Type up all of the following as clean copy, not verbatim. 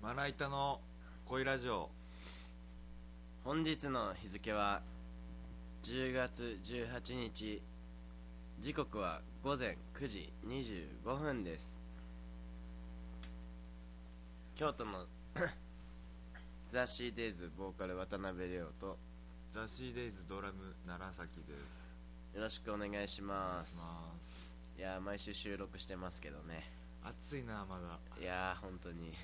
まな板の恋ラジオ。 本日の日付は10月18日、時刻は午前9時25分です。京都のザ・シーデイズボーカル渡辺亮とザ・シーデイズドラム楢崎です。 よろしくお願いします。 お願いします。 いやー、毎週収録してますけどね。 暑いなまだ。 いやー本当に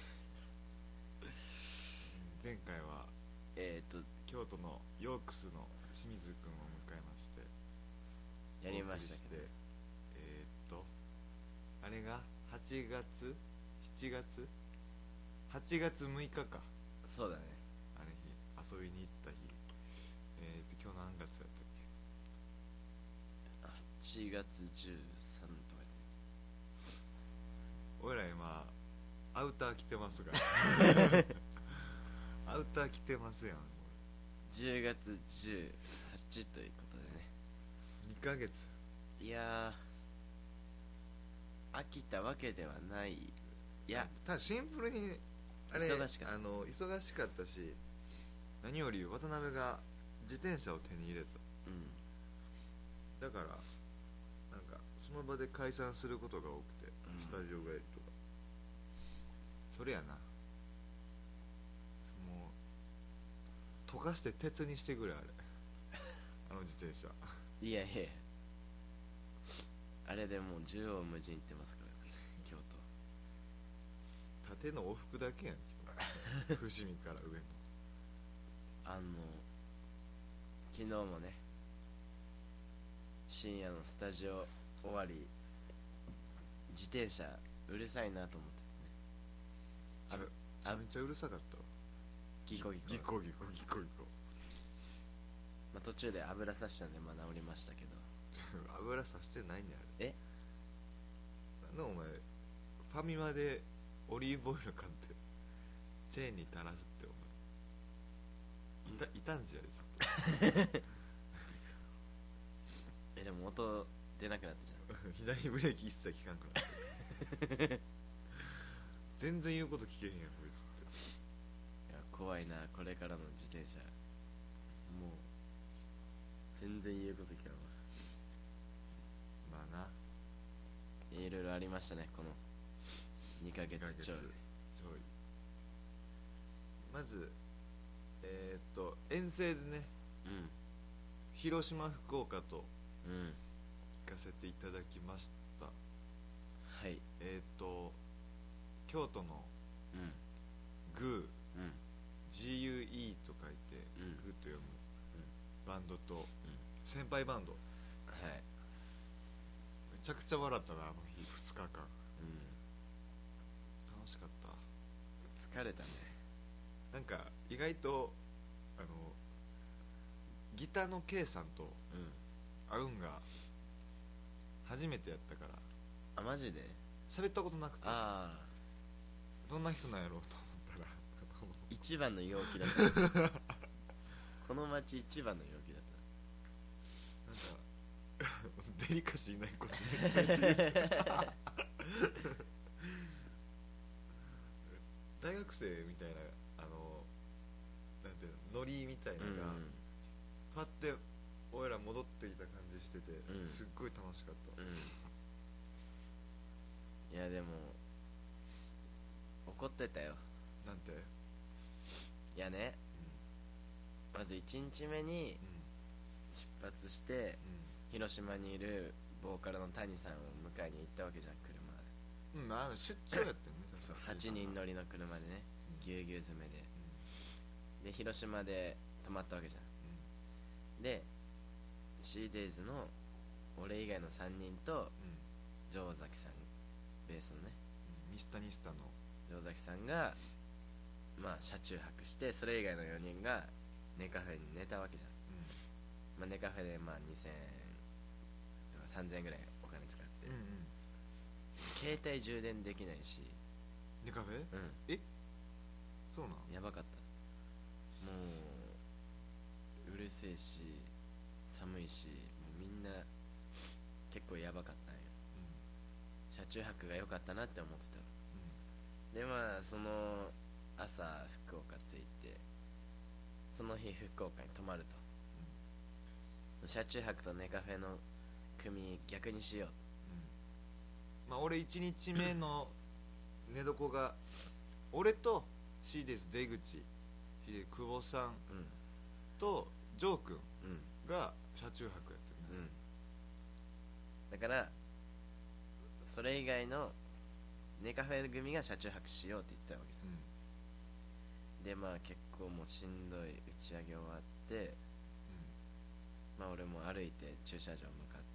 前回は京都のヨークスの清水くんを迎えましてやりましたけど、 あれが8月7月8月6日か。 そうだね。 あれ日遊びに行った日、今日何月やったっけ。 8月13とか俺ら今アウター着てますがアウター着てますやん。 10月18ということでね。 2ヶ月。 いやー飽きたわけではない。いやただシンプルにあれ忙しかった。 忙しかったし、何より渡辺が自転車を手に入れた。だからなんかその場で解散することが多くて、スタジオ帰りとかそれやな。もう溶かして鉄にしてくれあれあの自転車。 いやいや、あれでもう縦横無尽ってますから京縦の往復だけやん伏見から上の。 昨日もね、深夜のスタジオ終わり、自転車うるさいなと思っててね。 めちゃめちゃうるさかったわ。 ギコギコギコギコギコギコ途中で油さしたんで治りましたけど油さしてないんやあれ。 え、 なんでお前ファミマでオリーブオイル買ってチェーンに垂らすってお前傷んじゃうずっとでも音出なくなったじゃん左ブレーキ一切効かんくなって全然言うこと聞けへんやんこいつって。 いや怖いな、これからの自転車。もう全然言うこと聞かんわ。 まあないろいろありましたね、この2ヶ月ちょい。 まず遠征でね、広島福岡と行かせていただきました。 はい。 京都のグー、GUE と書いて、グーと読むバンドと、先輩バンド、 はい、 めちゃくちゃ笑ったなあの日2日間。楽しかった。 疲れたね。 なんか意外とギターの K さんと会うんが初めてやったから。 あ、マジで喋ったことなくて、どんな人なんやろうと思ったら一番の陽気だったこの街一番の陽気だっなんかデリカシーないことめちゃめちゃ言う大学生みたいななんていうの、ノリみたいなのが、パッて俺ら戻ってきた感じしてて、すっごい楽しかった。 いやでも怒ってたよ。 なんて。 いやね、まず1日目に出発して、広島にいるボーカルの谷さんを迎えに行ったわけじゃん、車で。 出張やってんねそう、8人乗りの車でね、ぎゅうぎゅう詰めで、で広島で泊まったわけじゃん。で C-Days の俺以外の3人と城崎さん、ベースのね、 ミスタニスタの城崎さんが車中泊して、それ以外の4人がネカフェに寝たわけじゃん。ネカフェで2000円とか3000円ぐらいお金使って、携帯充電できないし。 ネカフェ？そうなん？ やばかった。もううるせえし寒いし、もうみんな結構やばかったんよ。車中泊が良かったなって思ってた。でその朝福岡着いて、その日福岡に泊まると、車中泊とネカフェの組逆にしよう、 まあ俺1日目の寝床が俺とシーデイズ出口久保さんとジョー君が車中泊やってるね、 だからそれ以外のネカフェ組が車中泊しようって言ってたわけじゃん、でまあ結構もうしんどい打ち上げ終わって、まあ俺も歩いて駐車場向かって、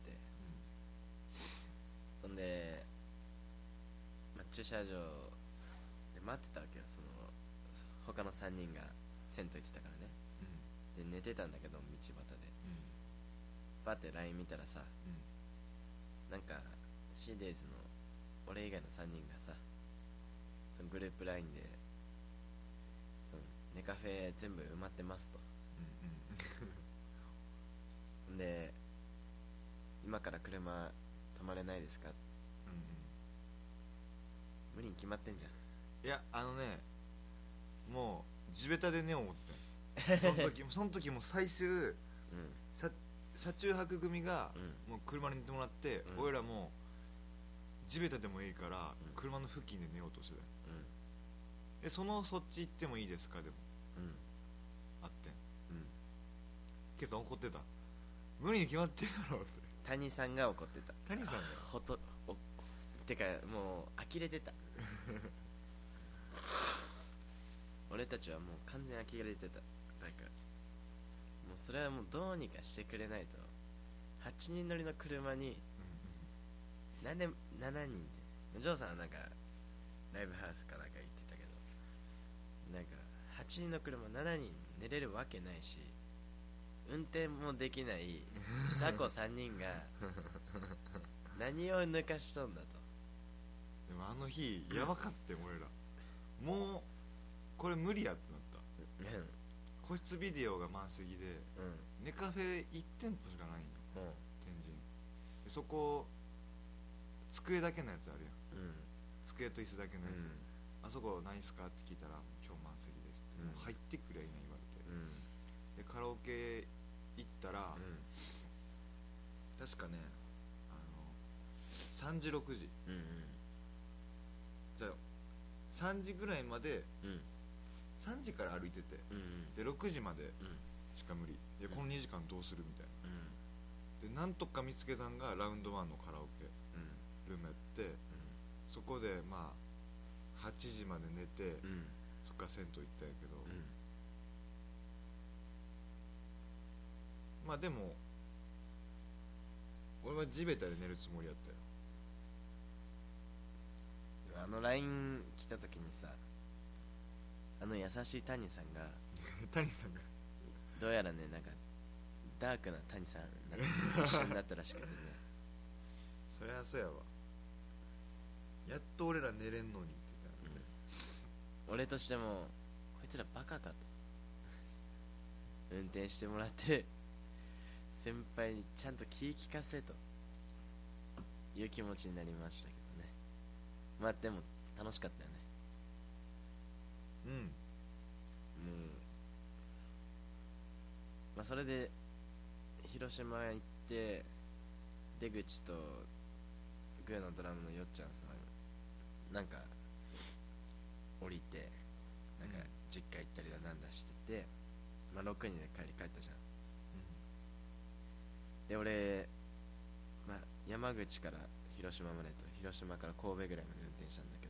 そんで、まあ、駐車場で待ってたわけよ、その他の3人が銭湯行ってたからね、で寝てたんだけど道端で、パって LINE 見たらさ、なんかシーデイズの俺以外の3人がさ、そのグループ LINE でそのネカフェ全部埋まってますと、で今から車止まれないですか、無理に決まってんじゃん。 いやもう地べたで寝よう思ってたその時も最終、車中泊組がもう車に寝てもらって、俺らも地べたでもいいから車の付近で寝ようとしてた、でそっち行ってもいいですかでも、あってん、ケイさん怒ってた、無理に決まってるだろって。 谷さんが怒ってた。 谷さんがてかもう呆れてた俺たちはもう完全に呆れてた。なんかもうそれはもうどうにかしてくれないと、8人乗りの車になんで7人で、ジョーさんはなんかライブハウスかなんか行ってたけど、なんか8人の車7人寝れるわけないし、運転もできない雑魚3人が何を抜かしとんだと。 でもあの日やばかって俺らもうこれ無理やってなった、個室ビデオが満席で、ネカフェ1店舗しかないんよ、天神で、そこ机だけのやつあるやん、机と椅子だけのやつ、あそこないっすかって聞いたら今日満席ですって、もう入ってくれいない言われて、でカラオケ行ったら、確かね3時6時、じゃあ3時ぐらいまで、3時から歩いてて、で6時までしか無理で、この2時間どうするみたいな、でなんとか見つけたんがラウンドワンのカラオケルームやって、そこでまあ8時まで寝て、そっから銭湯行ったんやけど、まあでも俺は地べたで寝るつもりやったよ。 あの LINE 来た時にさ、あの優しい谷さんが谷さんがどうやらね、なんかダークな谷さんなんか一緒になったらしくてねそりゃそうやわ、やっと俺ら寝れんのにって言ったんで、 俺としてもこいつらバカかと運転してもらってる先輩にちゃんと気利かせという気持ちになりましたけどね。まあでも楽しかったよね。まあそれで広島行って、出口とグーのドラムのよっちゃんさんなんか降りて、なんか実家行ったりだなんだしてて、まあ6人で帰ったじゃん、で俺、まあ、山口から広島までと広島から神戸ぐらいまで運転したんだけど、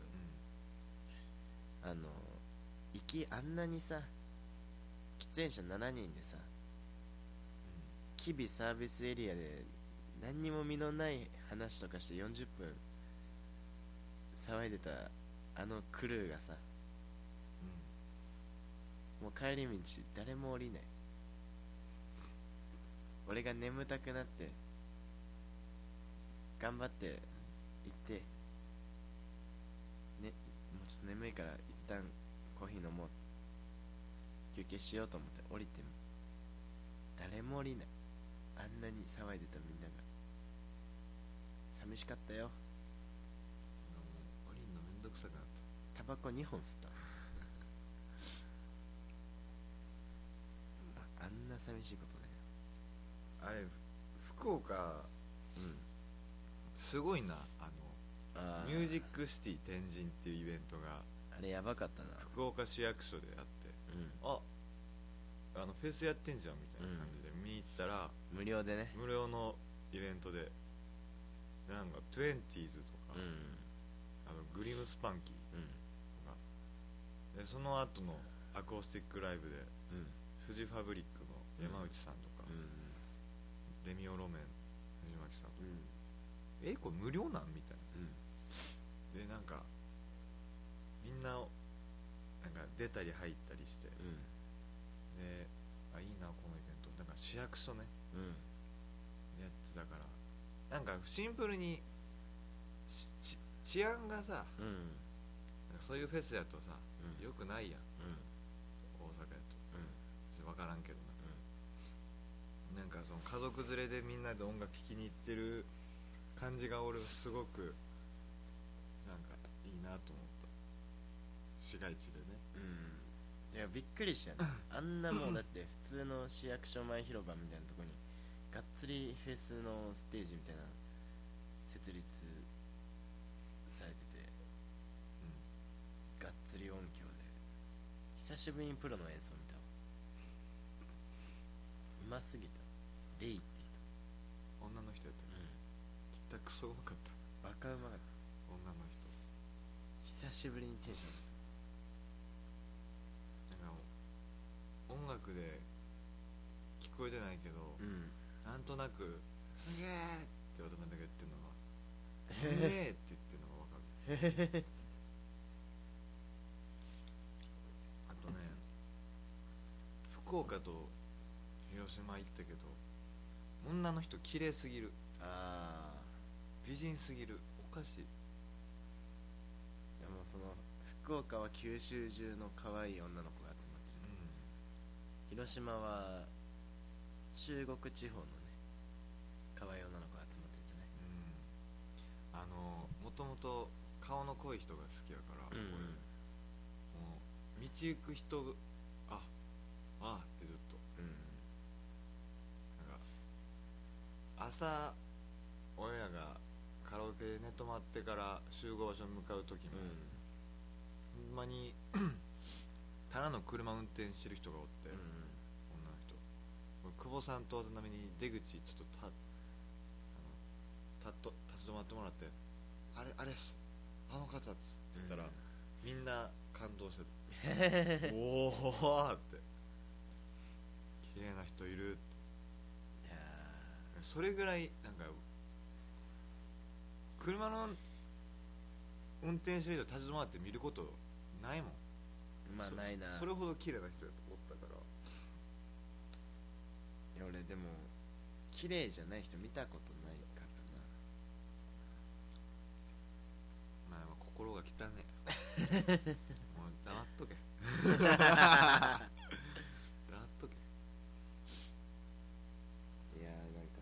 行きあんなにさ喫煙者7人でさ、吉備サービスエリアで何にも身のない話とかして40分騒いでたあのクルーがさ、もう帰り道誰も降りない。俺が眠たくなって頑張って行って、ね、もうちょっと眠いから一旦コーヒー飲もう、休憩しようと思って降りても誰も降りない。あんなに騒いでたみんなが。寂しかったよ。 降りんのめんどくさくなった。 タバコ2本吸った寂しいことね。 あれ福岡うんすごいな、ミュージックシティ天神っていうイベントがあれやばかったな。 福岡市役所でやって、フェスやってんじゃんみたいな感じで見に行ったら、 無料でね。 無料のイベントでなんか 20s とか、グリムスパンキーとか、でその後のアコースティックライブで、フジファブリックの山内さんとか、レミオロメン藤巻さんとか、これ無料なんみたいな、でなんかみんななんか出たり入ったりして、でいいなこのイベント、なんか市役所ね、やってたから、なんかシンプルに治安がさ、なんかそういうフェスやとさ、よくないやん、大阪やと、ちょっと分からんけどな、なんかその家族連れでみんなで音楽聴きに行ってる感じが俺はすごくなんかいいなと思った、市街地でね。 いやびっくりしたねあんなもうだって普通の市役所前広場みたいなとこにがっつりフェスのステージみたいな設立されてて、がっつり音響で久しぶりにプロの演奏見たわ。うますぎた。レイって女の人やったね、きったくそうまかった、 人バカうまかった。 女の人久しぶりにテンションなんか音楽で聞こえてないけど、なんとなくすげーって渡辺が言ってるのがすげーって言ってるのが分かるあとね、福岡と広島行ったけど、女の人綺麗すぎる、美人すぎる、おかしい。 いやもうその福岡は九州中の可愛い女の子が集まってると、広島は中国地方のね可愛い女の子が集まってるんじゃない。 もともと顔の濃い人が好きやから、俺もう道行く人ってずっと、なんか朝俺らがカラオケで寝泊まってから集合場所に向かう時も、ほんまにただの車運転してる人がおって、女の人、久保さんと渡辺に出口ちょっと立ち止まってもらって、あれっす、あの方っつって言ったら、みんな感動してたおーって綺麗な人いるって。 いやそれぐらいなんか車の運転してる人立ち止まって見ることないもん。 まあないな。 それほど綺麗な人やと思ったから。 いや俺でも綺麗じゃない人見たことないからまあ心が汚ねえもう黙っとけ黙っとけ。 いやなんか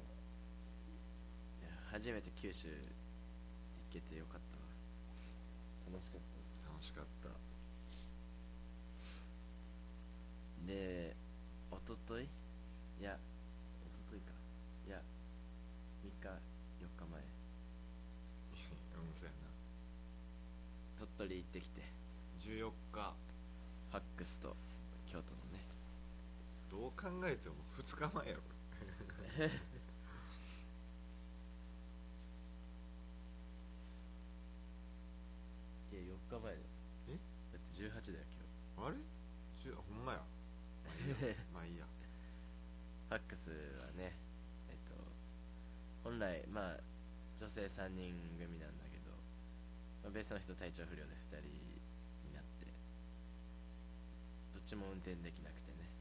初めて九州行けてよかったわ。楽しかった。 楽しかった。 でおとといかいや3日4日前そうやな、 鳥取行ってきて、 14日ファックスと京都のね。 どう考えても2日前やろいや4日前だよ。だって18だよ今日。 あれほんまやまあいいやファックスはね本来まあ女性3人組なんだけど、ベースの人体調不良で2人になって、どっちも運転できなくてね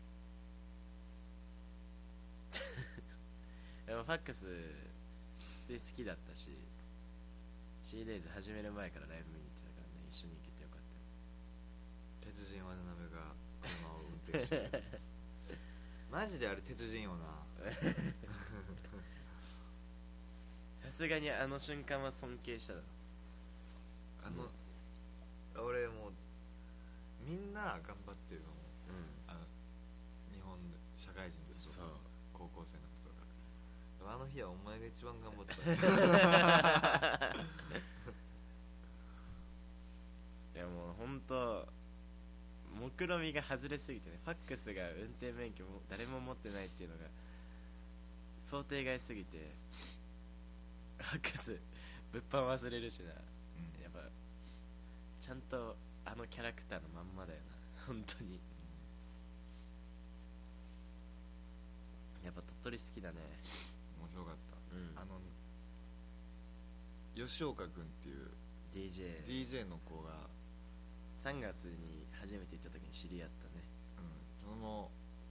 でもファックス普通に好きだったし、 C-Days 始める前からライブ見に行ってたからね、一緒に行けてよかったよ。 鉄人渡辺が車を運転してるマジであれ鉄人よなさすがにあの瞬間は尊敬しただろ。 俺もうみんな頑張ってるのも、日本社会人でそう日はお前が一番頑張ったいやもうほんと目論見が外れすぎてね、ファックスが運転免許も誰も持ってないっていうのが想定外すぎて、ファックス物販忘れるしな、やっぱちゃんとあのキャラクターのまんまだよな本当に。やっぱ鳥取好きだね。 面白かった、 うん、 吉岡君っていう DJ の子が 3月に初めて行った時に知り合ったね。 そのも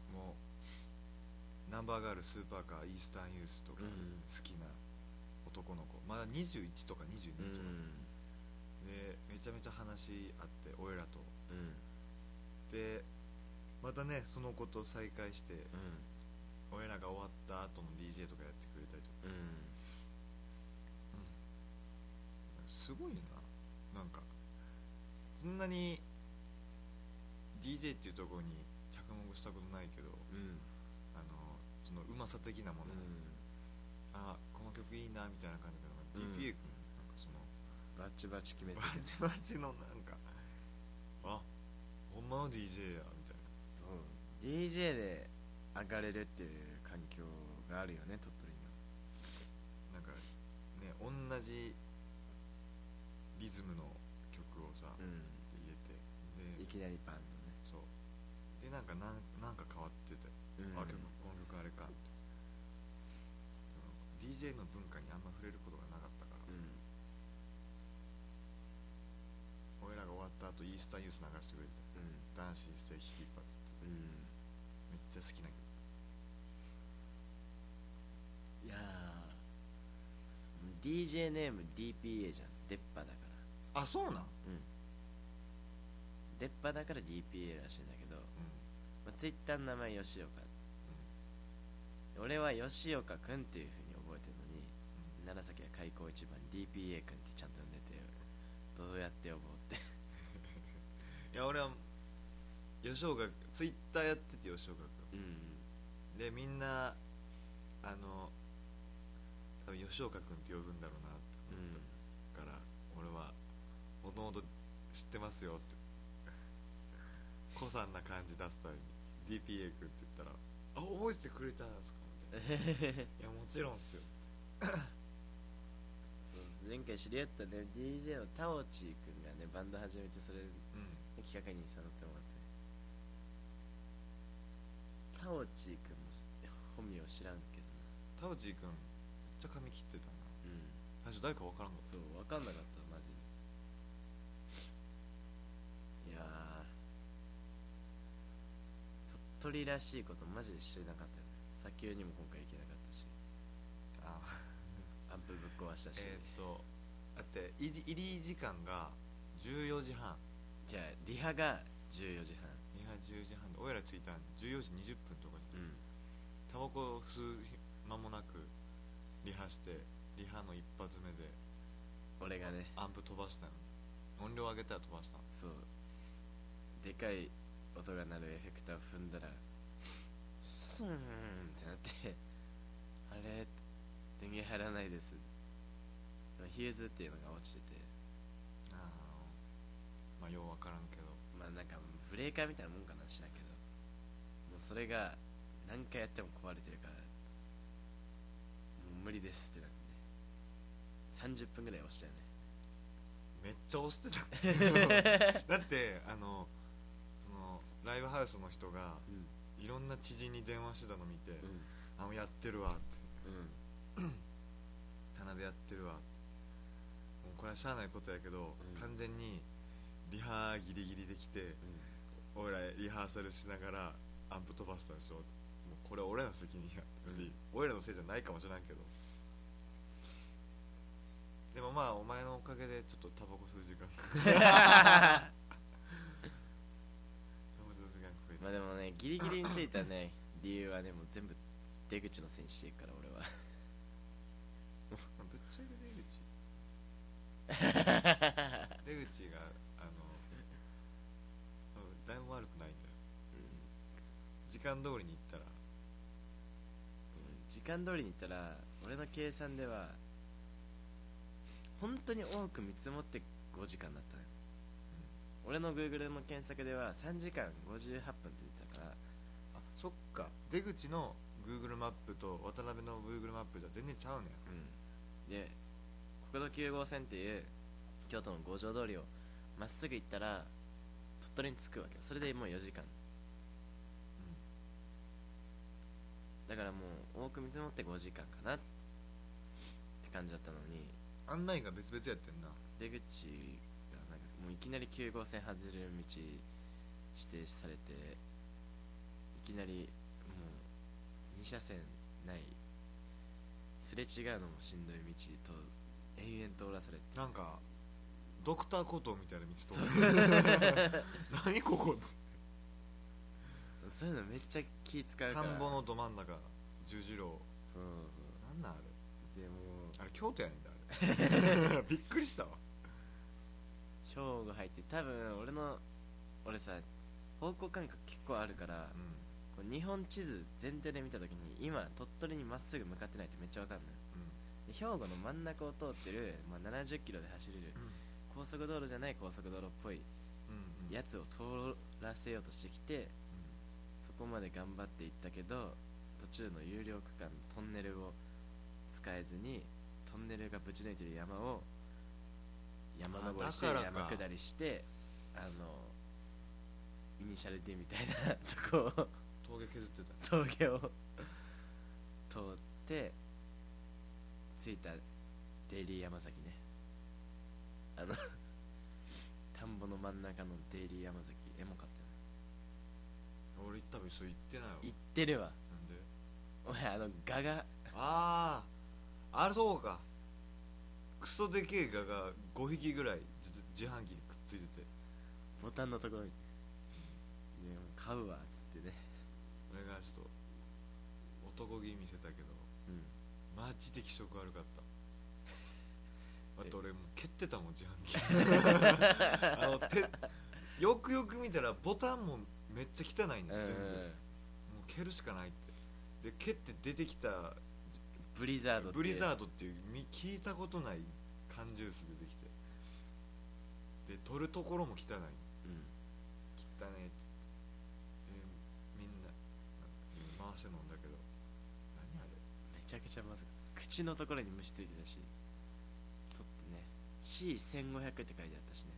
うナンバーガールスーパーカーイースタンユースとか好きな男の子、まだ21とか22とか、でめちゃめちゃ話あって俺らと、でまたねその子と再会して、俺らが終わった後の DJ とかやってくれたりとか、すごいな。なんかそんなに DJ っていうところに着目したことないけど、そのうまさ的なもの、この曲いいなみたいな感じで、DPA 君なんかそのバチバチ決めてバチバチのなんかほんまの DJ やみたいな。 そう DJ で上がれるっていう環境があるよね鳥取には。 なんかね同じリズムの曲をさ、入れてでいきなりバンドね。 そうでなんか変わってて、この曲あれかって、DJ の文化にあんま触れることがなかったから、俺らが終わった後イースターユース流してくれてた、男子一斉引き一発って、めっちゃ好きな曲。 いやー DJ ネーム DPA じゃん。出っ歯だから。 あ、そうなん。 出っ歯だから DPA らしいんだけど、ツイッターの名前吉岡、俺は吉岡くんっていう風に覚えてるのに、楢崎は開口一番 DPA くんってちゃんと呼んでて、どうやって呼ぼうっていや俺は吉岡ツイッターやってて吉岡くん、でみんな多分吉岡くんって呼ぶんだろうなって思ったから、俺はもともと知ってますよって古参な感じ出すために DPA くんって言ったら、覚えてくれたんですかみたいないやもちろんっすよそう前回知り合ったね DJ のタオチーくんがねバンド始めて、それ、企画に誘ってもらって、タオチーくんも本名知らんけどな。タオチーくんめっちゃ髪切ってたな。最初誰か分からんかった。 そう分かんなかったマジで。いや鳥取らしいことマジでしてなかったよね。砂丘にも今回行けなかったし、アンプぶっ壊したし、 だって入り時間が14時半、 じゃあリハが14時半、 リハ10時半で俺ら着いたん14時20分とかに、タバコ吸う間もなくリハして、リハの一発目で俺がねアンプ飛ばしたの、音量上げたら飛ばしたの。 そうでかい音が鳴るエフェクターを踏んだらスーンってなって、あれ電源入らないです、ヒューズっていうのが落ちてて、 まあよう分からんけど、 まあなんかブレーカーみたいなもんかなしらんけど、もうそれが何回やっても壊れてるから、もう無理ですってなって30分ぐらい押したよね。 めっちゃ押してただってそのライブハウスの人が、いろんな知人に電話してたの見て、もうやってるわって、田辺やってるわって、もうこれはしゃあないことやけど、完全にリハギリギリできて、俺らリハーサルしながらアンプ飛ばしたでしょ、もうこれ俺らの責任や、別に俺らのせいじゃないかもしれんけど、でもまあお前のおかげでちょっとタバコ吸う時間まあでもねギリギリについたね理由はねもう全部出口のせいにしていくから俺はぶっちゃけ出口がだいぶ悪くないんだよ、時間通りに行ったら、 時間通りに行ったら俺の計算では本当に多く見積もって5時間だったのよ、俺の Google の検索では3時間58分って出てたから。 あ、そっか、出口の Google マップと渡辺の Google マップじゃ全然ちゃうねん。 で国土9号線っていう京都の五条通りをまっすぐ行ったら鳥取に着くわけよ。それでもう4時間、だからもう多く見積もって5時間かなって感じだったのに、 案内が別々やってんな。 出口がなんかもういきなり9号線外れる道指定されて、いきなりもう2車線ないすれ違うのもしんどい道と延々通らされて、 なんかドクターコトーみたいな道通って何ここそういうのめっちゃ気使うから。 田んぼのど真ん中十字路、 そうなんなんあれ、 でもあれ京都やねんだあれびっくりしたわ。 兵庫入って多分俺さ方向感覚結構あるから、こう日本地図全体で見た時に今鳥取にまっすぐ向かってないってめっちゃわかんない、で兵庫の真ん中を通ってる、70キロで走れる、高速道路じゃない高速道路っぽいやつを通らせようとしてきて、そこまで頑張っていったけど途中の有料区間トンネルを使えずに、トンネルがぶち抜いてる山を山登りして山下りして、イニシャル D みたいなとこを峠削ってた、 峠を通って着いたデイリー山崎ね、田んぼの真ん中のデイリー山崎、エモかったよ。 俺多分それ行ってないわ。 行ってるわ。 なんでお前ガがあれそうか、クソでけえガが5匹ぐらい自販機にくっついてて、 ボタンのところにでも買うわっつってね。 俺がちょっと男気見せたけど、マジで気色悪かった。あと俺もう蹴ってたもん自販機よくよく見たらボタンもめっちゃ汚いね、全部もう蹴るしかないって。で蹴って出てきたブリザードっていう聞いたことない缶ジュース出てきて、で取るところも汚い、汚ねえっつって、みんな回して飲んだけど、何あれめちゃくちゃまずかった。口のところに虫ついてたし、取ってね C1500 って書いてあったしね、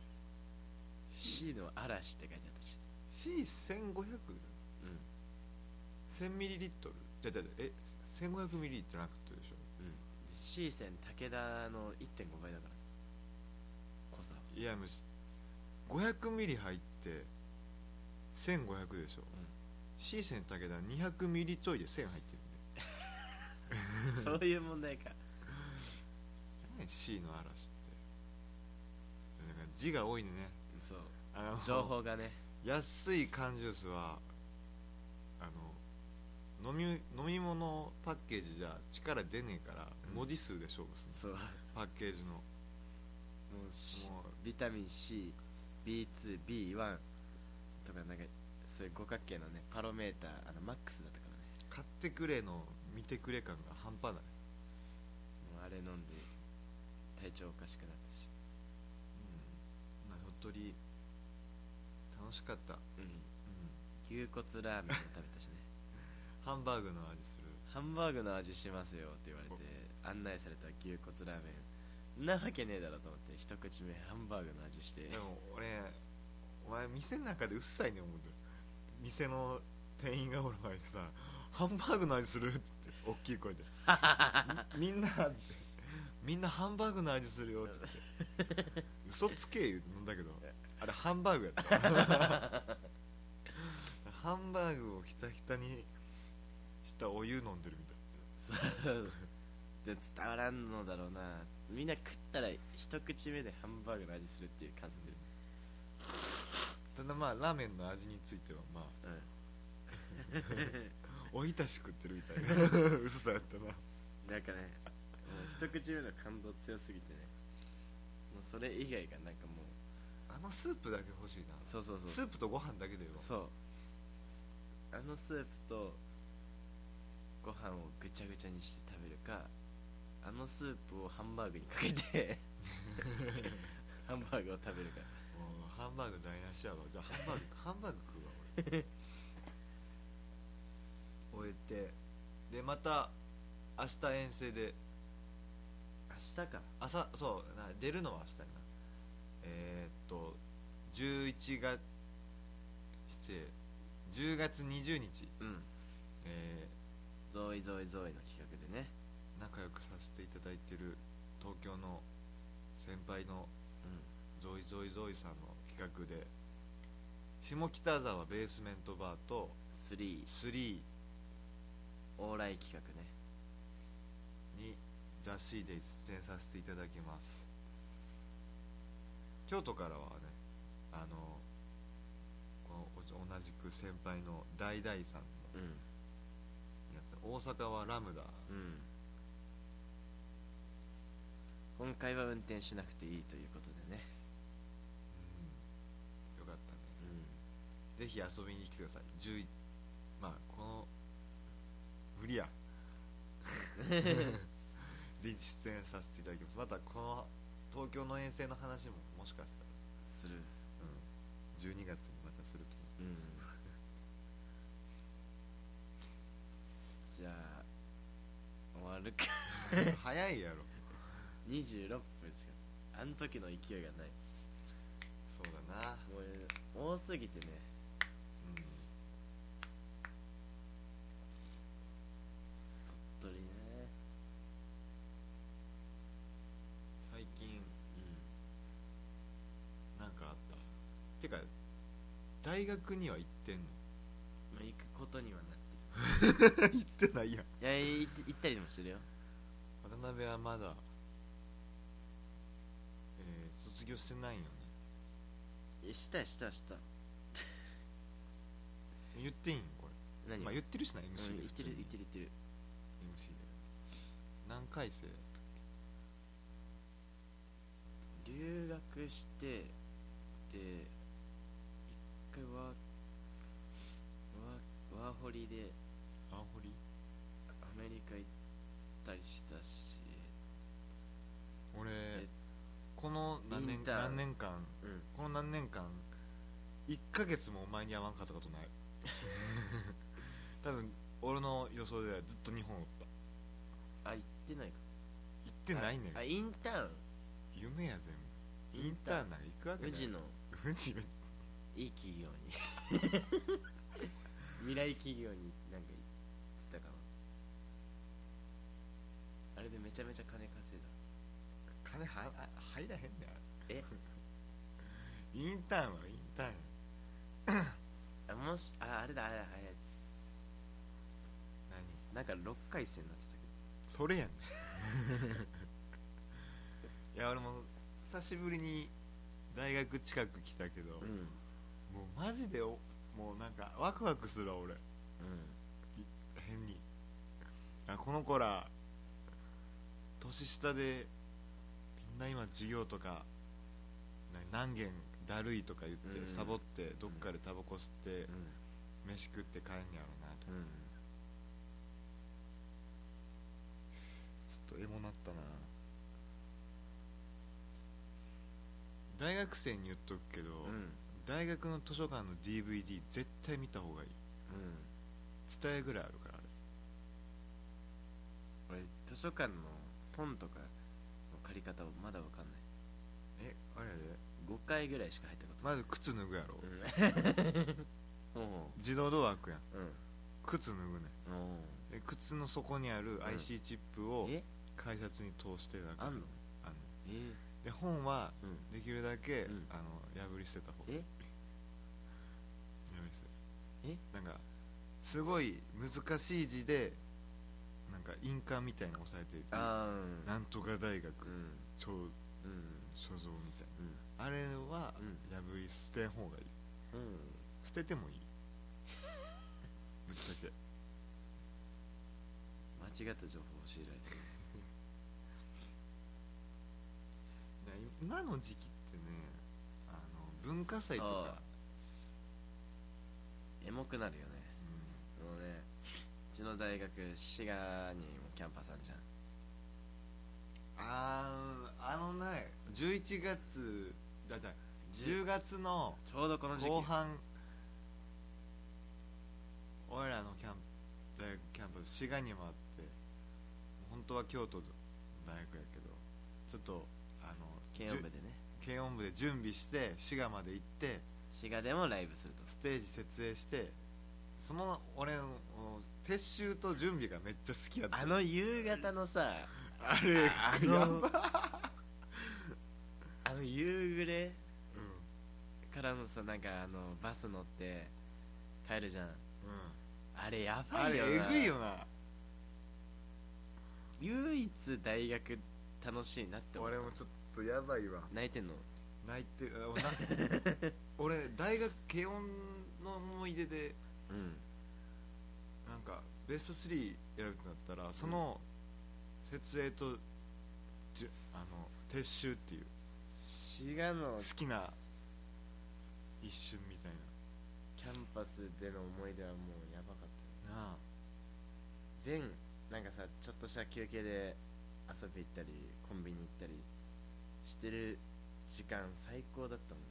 C の嵐って書いてあったし、 C1500？ 1000ミリリットルじゃ1500ミリじゃなくてでしょ。 C 線武田の 1.5 倍だから濃さ。 いや500ミリ入って1500でしょ、C 線武田200ミリちょいで1000入ってるんでそういう問題か。 何 C の嵐って、だから字が多いね。 そう情報がね。 安い缶ジュースは飲み物パッケージじゃ力出ねえから、文字数で勝負する、 そうパッケージのもうビタミン C B2 B1 とかなんかそういう五角形のねパロメーターマックスだったからね。 買ってくれの見てくれ感が半端ない。 もうあれ飲んで体調おかしくなったし、 鳥取楽しかった。 牛骨ラーメンも食べたしねハンバーグの味する。 ハンバーグの味しますよって言われて案内された牛骨ラーメンなわけねえだろと思って一口目ハンバーグの味して、 でもお前店の中でうっさいね思うて、店の店員がおる前でさ、ハンバーグの味するって言って大きい声でみんなハンバーグの味するよって言って嘘つけ言うて飲んだけど、あれハンバーグやったハンバーグをひたひたにしたお湯飲んでるみたいそうで伝わらんのだろうな。みんな食ったら一口目でハンバーグの味するっていう感じで、 ただまあラーメンの味についてはまあ、おひたし食ってるみたいな嘘さやったな。 なんかねもう一口目の感動強すぎてね、もうそれ以外がなんかもうスープだけ欲しいな。 そうスープとご飯だけでよ。 そうスープとご飯をぐちゃぐちゃにして食べるか、あのスープをハンバーグにかけてハンバーグを食べるか。 もうハンバーグ台無しやわ。じゃあハンバーグ食うわ俺終えて、でまた明日遠征で、 明日か。 そう出るのは明日やな。11月失礼10月20日、 ゾイゾイゾイの企画でね、 仲良くさせていただいてる東京の先輩のゾイゾイゾイさんの企画で、下北沢ベースメントバーと3 往来企画ねに雑誌で出演させていただきます。京都からはね、この同じく先輩のダイダイさんのやつ、大阪はラムダ、 今回は運転しなくていいということでね、 よかったね、ぜひ遊びに来てください。まあこの無理やで出演させていただきます。またこの東京の遠征の話ももしかしたらする、 12月にまたすると思います、 じゃあ終わるか早いやろ 26分しか、あの時の勢いがない。 そうだな、 もう多すぎてね、鳥取ね。 最近なんかあった？てか大学には行ってんの？ まあ、行くことにはなってる行ってないやん。 いや行ったりもしてるよ。 渡辺はまだ、卒業してないよね。 した言っていいんこれ？ 何？ まあ言ってるしな、 MC で言ってる MC で何回生だったっ留学して、で一回ワーホリでけ？ワーホリ？ アメリカ行ったりしたし、 俺この何年間、この何年間1ヶ月もお前に会わんかったことない多分俺の予想ではずっと日本おった。 行ってないか。 行ってないねん。 インターン夢や全部。インターンなんか行くわけない。富士のいい企業に未来企業になんか行ってたかも。あれでめちゃめちゃ金稼いだ。 金入らへんねん。 えインターンはインターンあれだ何なんか6回戦になってたけど。 それやねんいや俺も久しぶりに大学近く来たけど、もうマジでもうなんかワクワクするわ俺、変に。この子ら年下でみんな今授業とか何件だるいとか言ってサボってどっかでタバコ吸って飯食って帰んやろなと、ちょっとエモなったな。大学生に言っとくけど、大学の図書館の DVD 絶対見た方がいい。伝えぐらいあるから。あれ俺図書館の本とかの借り方をまだ分かんない。 あれやで 5回ぐらいしか入ったことない。 まず靴脱ぐやろ、 うん自動ドア開くやん、靴脱ぐねん。で靴の底にある IC チップを改札に通してだからあんの？ で本はできるだけ、破り捨てた方がいい。破り捨てなんかすごい難しい字でなんか印鑑みたいに押さえてる、なんとか大学、所蔵みたいな、あれは破り捨てん方がいい、捨ててもいいぶっちゃけ間違った情報を教えられてる今の時期ってね、文化祭とかエモくなるよね、もうねちの大学滋賀にもキャンパスあるじゃん。 ね11月だじゃ10月のちょうどこの時期後半、俺らの大学キャンパス滋賀にもあって、本当は京都の大学やけど、ちょっと軽音部でね、 軽音部で準備して滋賀まで行って、 滋賀でもライブすると。 ステージ設営して、その俺の撤収と準備がめっちゃ好きやった。 夕方のさあれやば夕暮れからのさ、なんかバス乗って帰るじゃん、あれやばいよな。 あれえぐいよな。 唯一大学楽しいなって思った。 俺もちょっとやばいわ。 泣いてんの？ 泣いて俺大学軽音の思い出で、なんかベスト3やるってなったら、その設営と撤収っていう滋賀の好きな一瞬みたいキャンパスでの思い出はもうやばかったな。なあ、 なんかさ、ちょっとした休憩で遊び行ったりコンビニ行ったりしてる時間最高だったもん。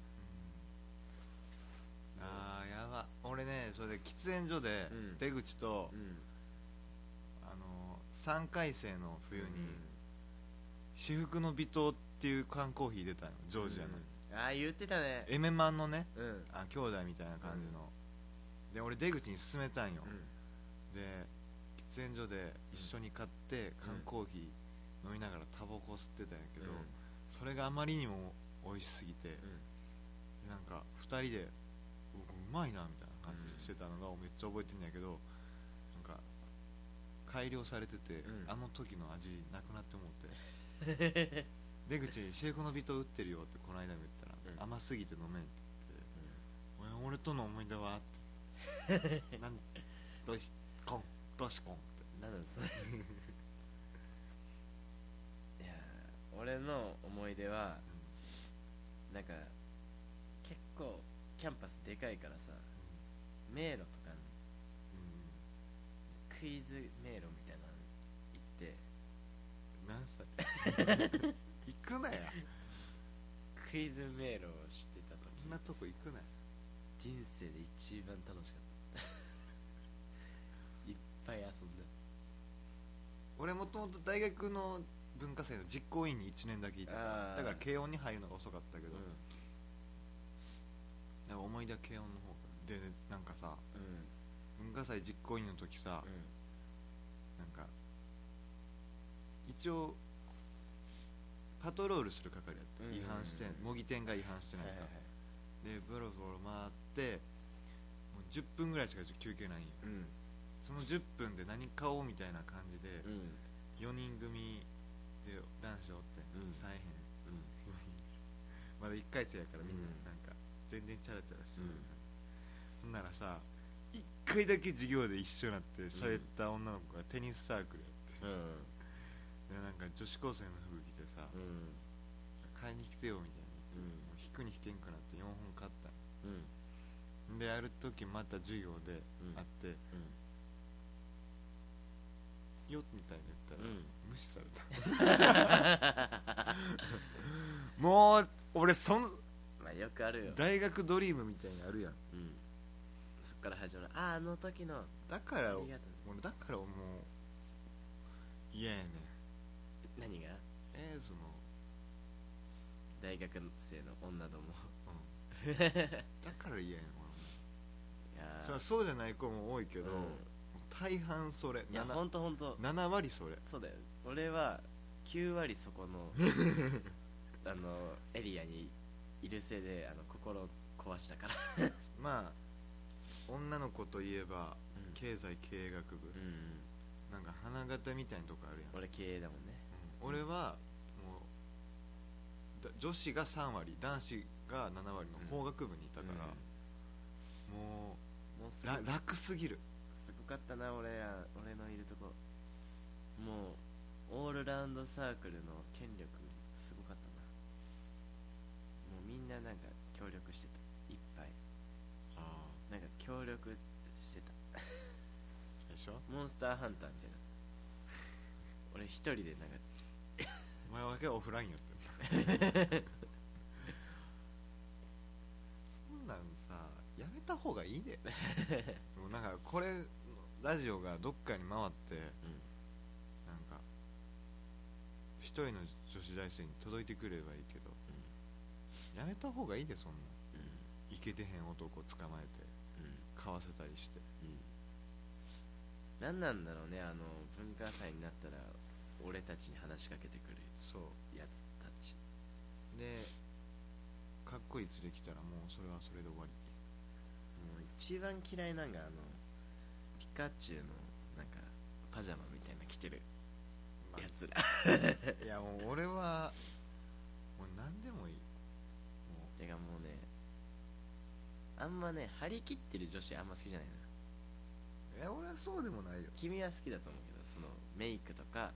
やば。俺ね、それで喫煙所で出口と、3回生の冬に至福の微糖っていう缶コーヒー出たの、ジョージアの、 言ってたね。 エメマンのね、兄弟みたいな感じの、で俺出口に勧めたんよ、で喫煙所で一緒に買って缶コーヒー飲みながらタバコ吸ってたんやけど、それがあまりにも美味しすぎて、なんか2人でうまいなみたいな感じしてたのがめっちゃ覚えてんやけど、なんか改良されてて、あの時の味なくなって思って出口にシェイクのビト売ってるよってこの間も言ったら、甘すぎて飲めんって言って、俺との思い出はってなんどしこんどしこんってなんだそれいや俺の思い出は、なんか結構キャンパスでかいからさ、迷路とかに、クイズ迷路みたいなの行って何歳行くなや。 クイズ迷路をしてた時、 そんなとこ行くなや。 人生で一番楽しかったいっぱい遊んだ。 俺もともと大学の文化祭の実行委員に1年だけいたから、だから軽音に入るのが遅かったけど、なんか思い出は軽音の方で、なんかさ、文化祭実行委員の時さ、なんか一応パトロールする係やった、違反して模擬店が違反してないか、でブロブロ回ってもう10分ぐらいしか休憩ないんよ、その10分で何買おうみたいな感じで、4人組で男子おって、再編、まだ1回生やからみんななんか全然チャラチャラしてる、ほんならさ1回だけ授業で一緒になって喋った女の子がテニスサークルやって、でなんか女子高生の服着てさ、買いに来てよみたいな言って、もう引くに引けんくなって4本買った、である時また授業で会って、よみたいに言ったら、無視されたもう俺まあよくあるよ、 大学ドリームみたいにあるやん、 そっから始まる、あの時のだからありがとう、 俺だからもう嫌やねん。 何がその大学生の女どもだから嫌やねんいや俺。そうじゃない子も多いけど、大半それ。 いやほんと 7割それ。 そうだよ。俺は9割そこのエリアにいるせいで心を壊したからまあ女の子といえば、経済経営学部、なんか花形みたいなとこあるやん。 俺経営だもんね、 俺はもう女子が3割男子が7割の法学部にいたから、もう楽すぎる。 すごかったな俺のいるとこ。もうオールラウンドサークルの権力すごかったな。もうみんななんか協力してた、いっぱい。なんか協力してたでしょ。 モンスターハンターみたいな。俺一人でなんかお前だけオフラインやってんのそんなんさやめた方がいいでもうなんかこれラジオがどっかに回って、なんか一人の女子大生に届いてくればいいけど、やめた方がいいでそんな、イケてへん男を捕まえて、買わせたりして、 何なんだろうね、文化祭になったら俺たちに話しかけてくるそうやつたちで、かっこいい連れ来たらもうそれはそれで終わり。 もう一番嫌いなんがピカチュウのなんかパジャマみたいな着てるやつらいやもう俺はもう何でもいい。 てかもうね、あんまね張り切ってる女子あんま好きじゃないな。 俺はそうでもないよ。 君は好きだと思うけど、そのメイクとか、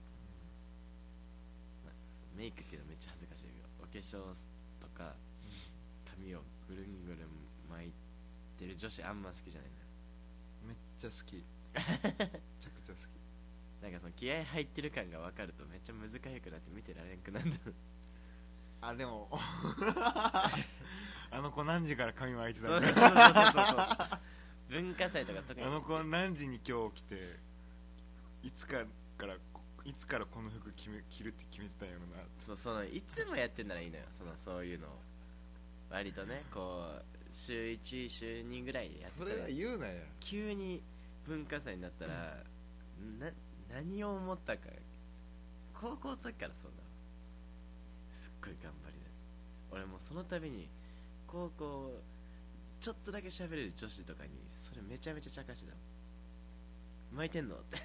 メイクっていうのめっちゃ恥ずかしいけど、お化粧とか髪をぐるんぐるん巻いてる女子あんま好きじゃないな。 めっちゃ好きめちゃくちゃ好き。 なんかその気合入ってる感が分かるとめっちゃ難しくなって見てられんくなるんだあ、でもあの子何時から髪巻いてたそうんだ文化祭とか特にあの子何時に今日来ていつからこの服着るって決めてたんやろな。 そのいつもやってんならいいのよ、そういうのを割とね、こう週1週2ぐらいでやってたら、 それは言うなや。 急に文化祭になったら、何を思ったか。高校の時からそうだ、すっごい頑張りだ。俺もその度に高校ちょっとだけ喋れる女子とかにそれめちゃめちゃ茶化しだ。巻いてんのって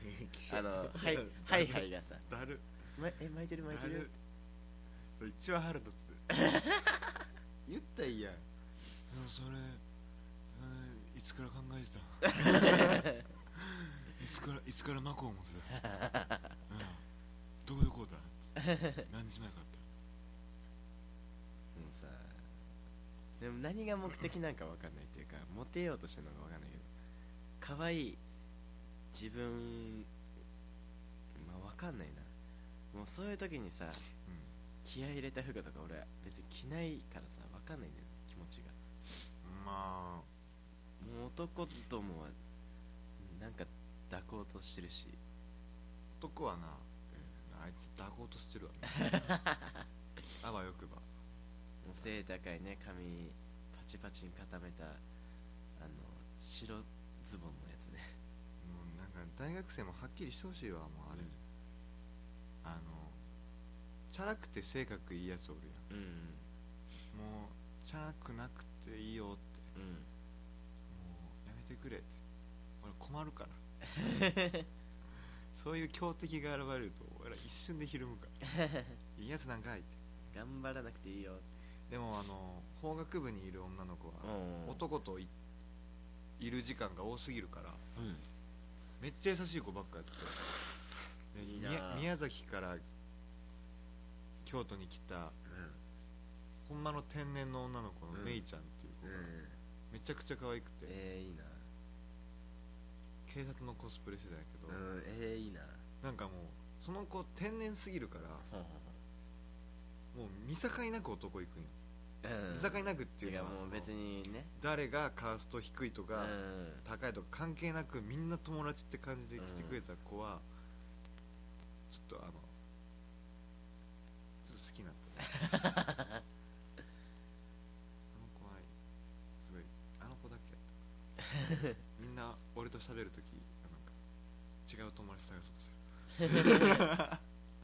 はいはいがさ、 だる、 巻いてるそれ一番腹立つで言ったらいいやん。それいつから考えてたいつから巻こう思ってたどこでこうだ何日前かあったもうさ、でも何が目的なんか分かんないっていうか、モテようとしてるのか分かんないけど、可愛い自分、まあ分かんないな。もうそういう時にさ、気合い入れた服とか俺は別に着ないからさ、分かんないんだよね、気持ちが。 まあもう男どもはなんか抱こうとしてるし、 男はな、あいつ抱こうとしてるわねあわよくば。 もう背高いね、髪パチパチに固めた白ズボンのやつね。 もうなんか大学生もはっきりしてほしいわ。もうあれ、チャラくて性格いいやつおるやん、もうチャラくなくていいよって、もうやめてくれって、俺困るからそういう強敵が現れると俺ら一瞬でひるむからいいやつなんかいって。 頑張らなくていいよ。 でも法学部にいる女の子は男といる時間が多すぎるから、めっちゃ優しい子ばっかやってて、 いいな。 宮崎から京都に来た、ほんまの天然の女の子のめいちゃんっていう子がめちゃくちゃ可愛くて、 いいな。 警察のコスプレしてたんやけど、 いいな。 なんかもうその子天然すぎるからもう見境なく男行くんよ、見境なくっていうのはもう別にね、 誰がカースト低いとか、高いとか関係なくみんな友達って感じで来てくれた子は、ちょっと好きになったあの子はすごい、あの子だけやったみんな俺と喋るときなんか違う友達探そうとしてるいや、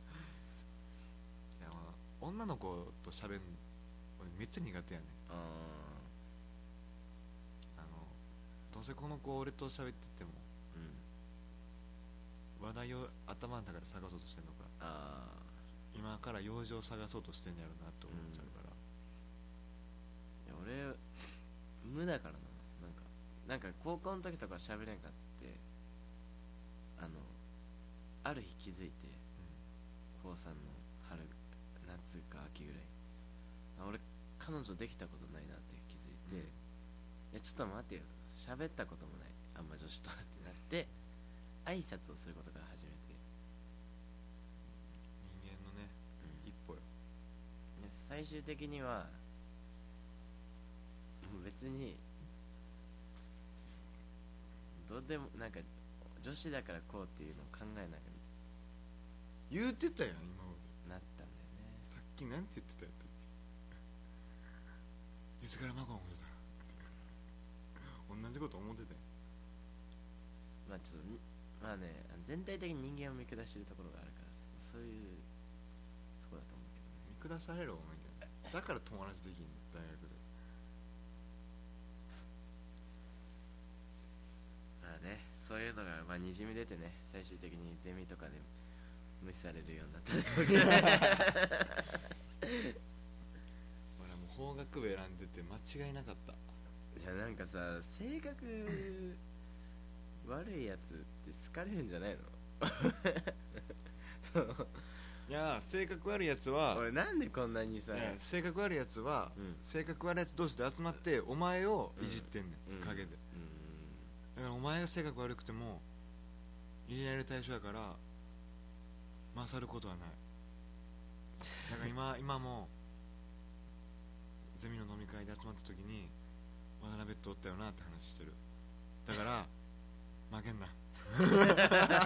女の子と喋るの俺めっちゃ苦手やねん。どうせこの子俺と喋ってても、話題を頭の中で探そうとしてんのか、今から用事を探そうとしてんやろなって思っちゃうから、 いや俺無だからな。なんか高校の時とか喋れんかって、ある日気づいて、高3の春夏か秋ぐらい、俺彼女できたことないなって気づいて、いやちょっと待ってよと、喋ったこともないあんま女子とってなって、 挨拶をすることから始めて、 人間のね、一歩よ。 で最終的にはもう別にどうでもなんか女子だからこうっていうのを考えなく言うてたやん今まで。 なったんだよね。 さっきなんて言ってたやったっけ。いつからマコン思ってた同じこと思ってたよ。 まあちょっとまあね、全体的に人間を見下してるところがあるから、そういうところだと思うけどね。 見下されるお前だから友達できんの大学で。 まあね、そういうのがまあにじみ出てね、最終的にゼミとかで無視されるようになった俺もう法学部選んでて間違いなかった。 じゃあなんかさ、性格悪いやつって好かれるんじゃないのそう、 いや性格悪いやつは俺なんでこんなにさ、 性格悪いやつは、性格悪いやつ同士で集まってお前をいじってんねん、陰で、だからお前が性格悪くてもいじられる対象やから勝ることはない。だから今もゼミの飲み会で集まった時に渡辺っておったよなって話してる。だから負けんな